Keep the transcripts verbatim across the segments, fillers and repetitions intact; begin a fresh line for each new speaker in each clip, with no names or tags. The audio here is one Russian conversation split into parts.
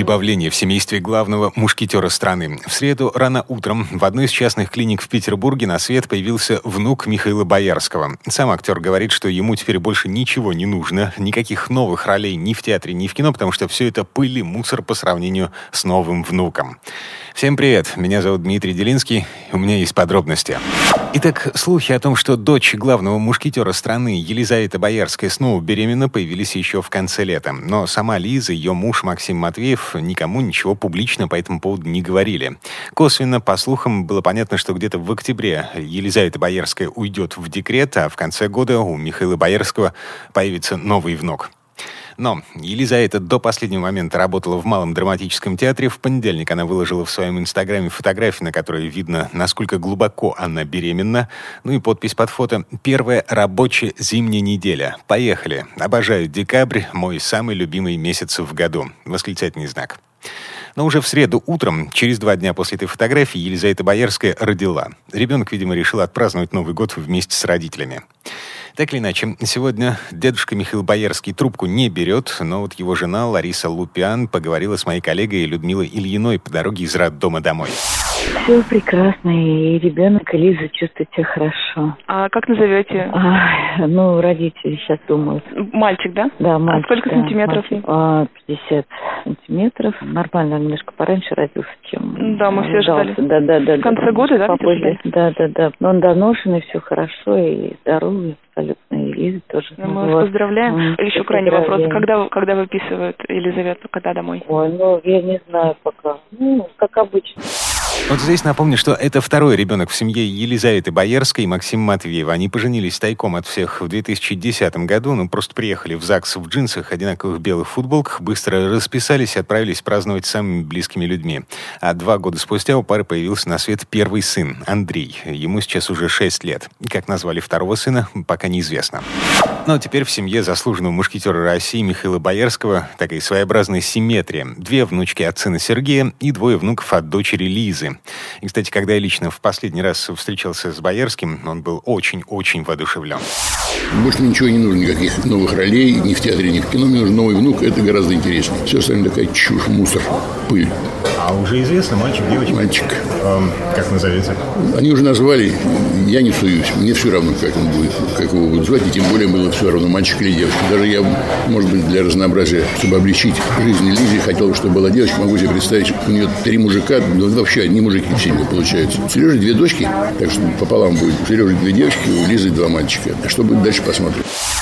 прибавление в семействе главного мушкетера страны. В среду рано утром в одной из частных клиник в Петербурге на свет появился внук Михаила Боярского. Сам актер говорит, что ему теперь больше ничего не нужно, никаких новых ролей ни в театре, ни в кино, потому что все это пыль и мусор по сравнению с новым внуком. Всем привет, меня зовут Дмитрий Делинский, у меня есть подробности. Итак, слухи о том, что дочь главного мушкетера страны Елизавета Боярская снова беременна, появились еще в конце лета. Но сама Лиза и ее муж Максим Матвеев никому ничего публично по этому поводу не говорили. Косвенно, по слухам, было понятно, что где-то в октябре Елизавета Боярская уйдет в декрет, а в конце года у Михаила Боярского появится новый внук. Но Елизавета до последнего момента работала в Малом драматическом театре. В понедельник она выложила в своем инстаграме фотографии, на которой видно, насколько глубоко она беременна. Ну и подпись под фото: «Первая рабочая зимняя неделя. Поехали. Обожаю декабрь, мой самый любимый месяц в году». Восклицательный знак. Но уже в среду утром, через два дня после этой фотографии, Елизавета Боярская родила. Ребенок, видимо, решил отпраздновать Новый год вместе с родителями. Так или иначе, сегодня дедушка Михаил Боярский трубку не берет, но вот его жена Лариса Лупиан поговорила с моей коллегой Людмилой Ильиной по дороге из роддома домой.
Все прекрасно, и ребенок, и Лиза чувствует себя хорошо.
А как назовете?
А, ну, родители сейчас думают.
Мальчик, да?
Да, мальчик.
А сколько
да,
сантиметров?
А, пятьдесят сантиметров. Нормально, немножко пораньше родился, чем...
Да, мы все ждали.
Да, да, да.
В конце
да,
года, да?
Попозже. Да, да, да. Но он доношенный, все хорошо, и здоровый абсолютно, и Лиза тоже.
Ну, мы вас поздравляем.
Mm,
Еще крайний вопрос. Когда, когда выписывают Елизавету, когда домой?
Ой, ну, я не знаю пока. Ну, как обычно.
Вот здесь напомню, что это второй ребенок в семье Елизаветы Боярской и Максима Матвеева. Они поженились тайком от всех в две тысячи десятом году, ну просто приехали в ЗАГС в джинсах, одинаковых белых футболках, быстро расписались и отправились праздновать с самыми близкими людьми. А два года спустя у пары появился на свет первый сын, Андрей. Ему сейчас уже шесть лет. Как назвали второго сына, пока неизвестно. Но теперь в семье заслуженного мушкетера России Михаила Боярского такая своеобразная симметрия. Две внучки от сына Сергея и двое внуков от дочери Лизы. И, кстати, когда я лично в последний раз встречался с Боярским, он был очень-очень воодушевлен.
Больше ничего не нужно, никаких новых ролей, ни в театре, ни в кино. Мне нужен новый внук, это гораздо интереснее. Все остальное такая чушь, мусор, пыль.
А уже известно, мальчик, девочка?
Мальчик.
Эм, как назовете?
Они уже назвали, я не суюсь. Мне все равно, как он будет, как его будут звать. И тем более было все равно, мальчик или девочка. Даже я, может быть, для разнообразия, чтобы облегчить жизнь Лизы, хотел, чтобы была девочка. Могу себе представить, у нее три мужика, ну, вообще одни мужики в семье получаются. У Сережи две дочки, так что пополам будет. У Сережи две девочки, у Лизы два мальчика. А что будет дальше, посмотрим.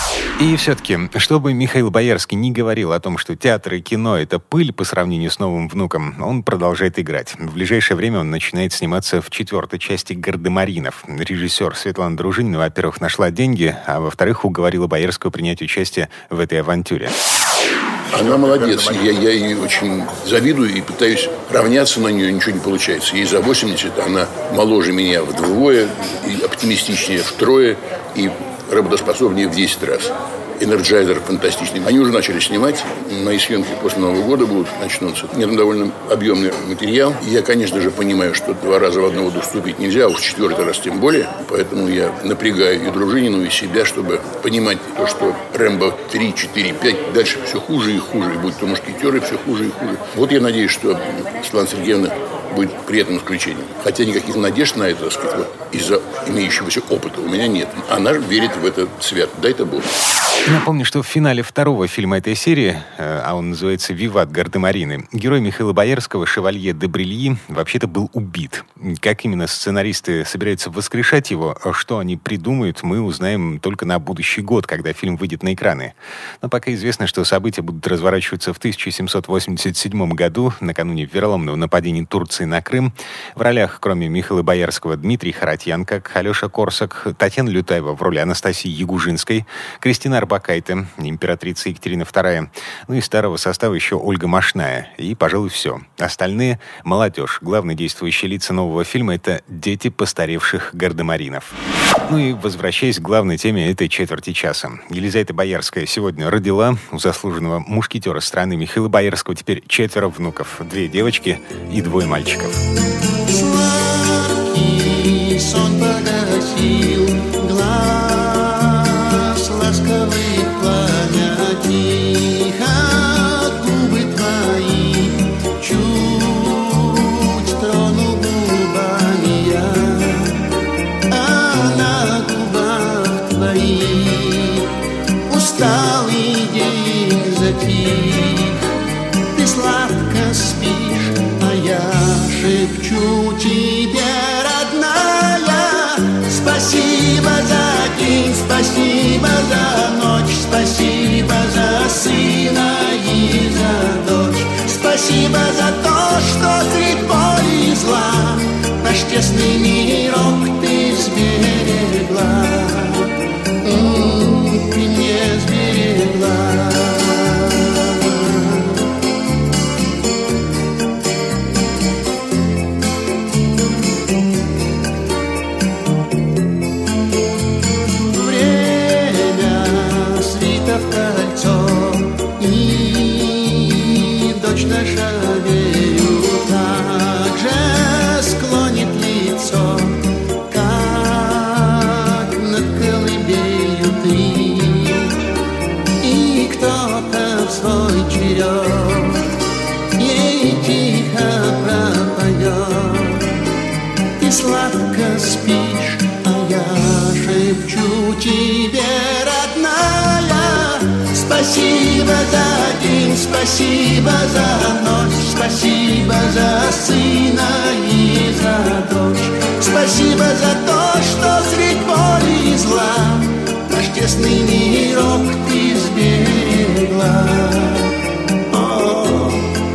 И все-таки, чтобы Михаил Боярский не говорил о том, что театр и кино — это пыль по сравнению с новым внуком, он продолжает играть. В ближайшее время он начинает сниматься в четвертой части «Гардемаринов». Режиссер Светлана Дружинина, во-первых, нашла деньги, а во-вторых, уговорила Боярского принять участие в этой авантюре.
Она молодец. Я, я ей очень завидую и пытаюсь равняться на нее. Ничего не получается. Ей за восемьдесят, она моложе меня вдвое, и оптимистичнее втрое, и работоспособнее в десять раз. Энерджайзер фантастичный. Они уже начали снимать. Мои съемки после Нового года будут начнутся. У меня там довольно объемный материал. Я, конечно же, понимаю, что два раза в одну воду вступить нельзя, а уж четвертый раз тем более. Поэтому я напрягаю и Дружинину, и себя, чтобы понимать то, что Рэмбо три, четыре, пять, дальше все хуже и хуже. И будут то мушкетеры, все хуже и хуже. Вот я надеюсь, что Светлана Сергеевна будет приятным исключением. Хотя никаких надежд на это, так сказать, вот, из-за имеющегося опыта у меня нет. Она верит в это свято. Дай-то Бог.
Напомню, что в финале второго фильма этой серии, а он называется «Виват Гардемарины», герой Михаила Боярского, шевалье де Брильи, вообще-то был убит. Как именно сценаристы собираются воскрешать его, что они придумают, мы узнаем только на будущий год, когда фильм выйдет на экраны. Но пока известно, что события будут разворачиваться в тысяча семьсот восемьдесят седьмом году, накануне вероломного нападения Турции на Крым. В ролях, кроме Михаила Боярского, Дмитрий Харатьян, как Алеша Корсак, Татьяна Лютаева в роли Анастасии Ягужинской, Кристина Арбакайте, императрица Екатерина вторая, ну и старого состава еще Ольга Машная. И, пожалуй, все. Остальные — молодежь. Главные действующие лица нового фильма — это дети постаревших гардемаринов. Ну и возвращаясь к главной теме этой четверти часа. Елизавета Боярская сегодня родила. У заслуженного мушкетера страны Михаила Боярского теперь четверо внуков. Две девочки и двое мальчиков.
Сладкий сон погасил глаз ласковых пламя тихо, губы твои тесный мирок ты сберегла, М, ты не сберегла. Время свито в кольцо, и дочь наша верю так же склонит лицо, как над колыбелью ты. И кто-то в свой черед ей тихо пропоет. Ты сладко спишь, а я шепчу тебе, родная, спасибо за день, спасибо за ночь, спасибо за сына и за дочь. Спасибо за то, что средь боли и зла наш тесный мирок ты сберегла. О.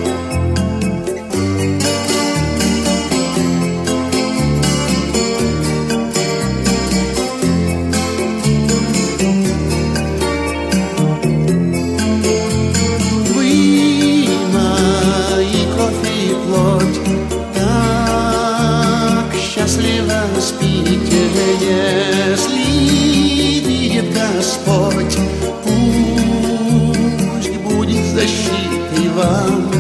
Вы мои кровь и плоть, так счастливо спите, если видит Господь. Пусть будет защитой вам,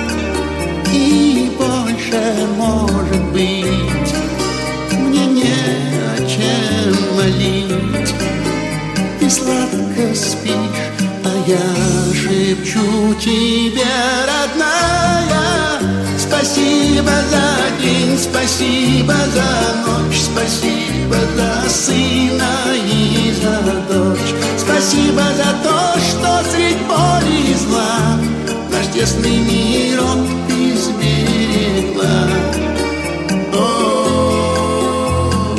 и больше, может быть, мне не о чем молить. Ты сладко спишь, а я шепчу тебе, родная, спасибо за день, спасибо за ночь, спасибо за сына и за дочь. Спасибо за то, что средь боли и зла наш тесный мирок ты сберегла. О.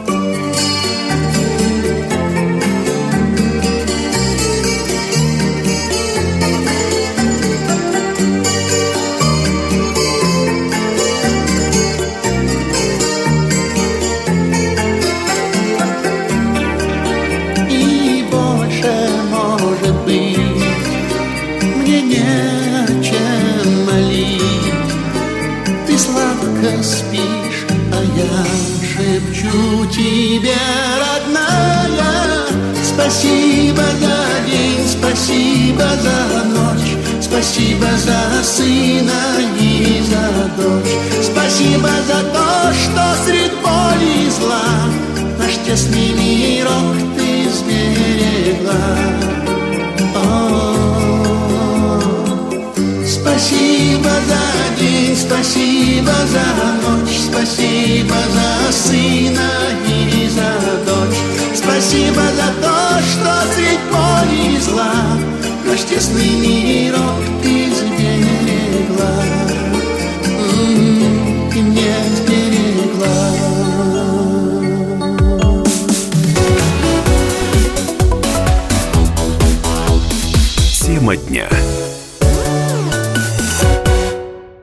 И больше, может быть, мне не о чем молить. Ты сладко спишь, а я шепчу тебе, родная, спасибо за день, спасибо за ночь, спасибо за сына и за дочь. Спасибо за то, что средь боли и зла наш тесный мирок ты сберегла. О, спасибо за день, спасибо за ночь, спасибо за сына и за дочь. Спасибо за то, что средь боли и зла наш тесный мирок ты сберегла. М, ты мне сберегла.
Тема дня.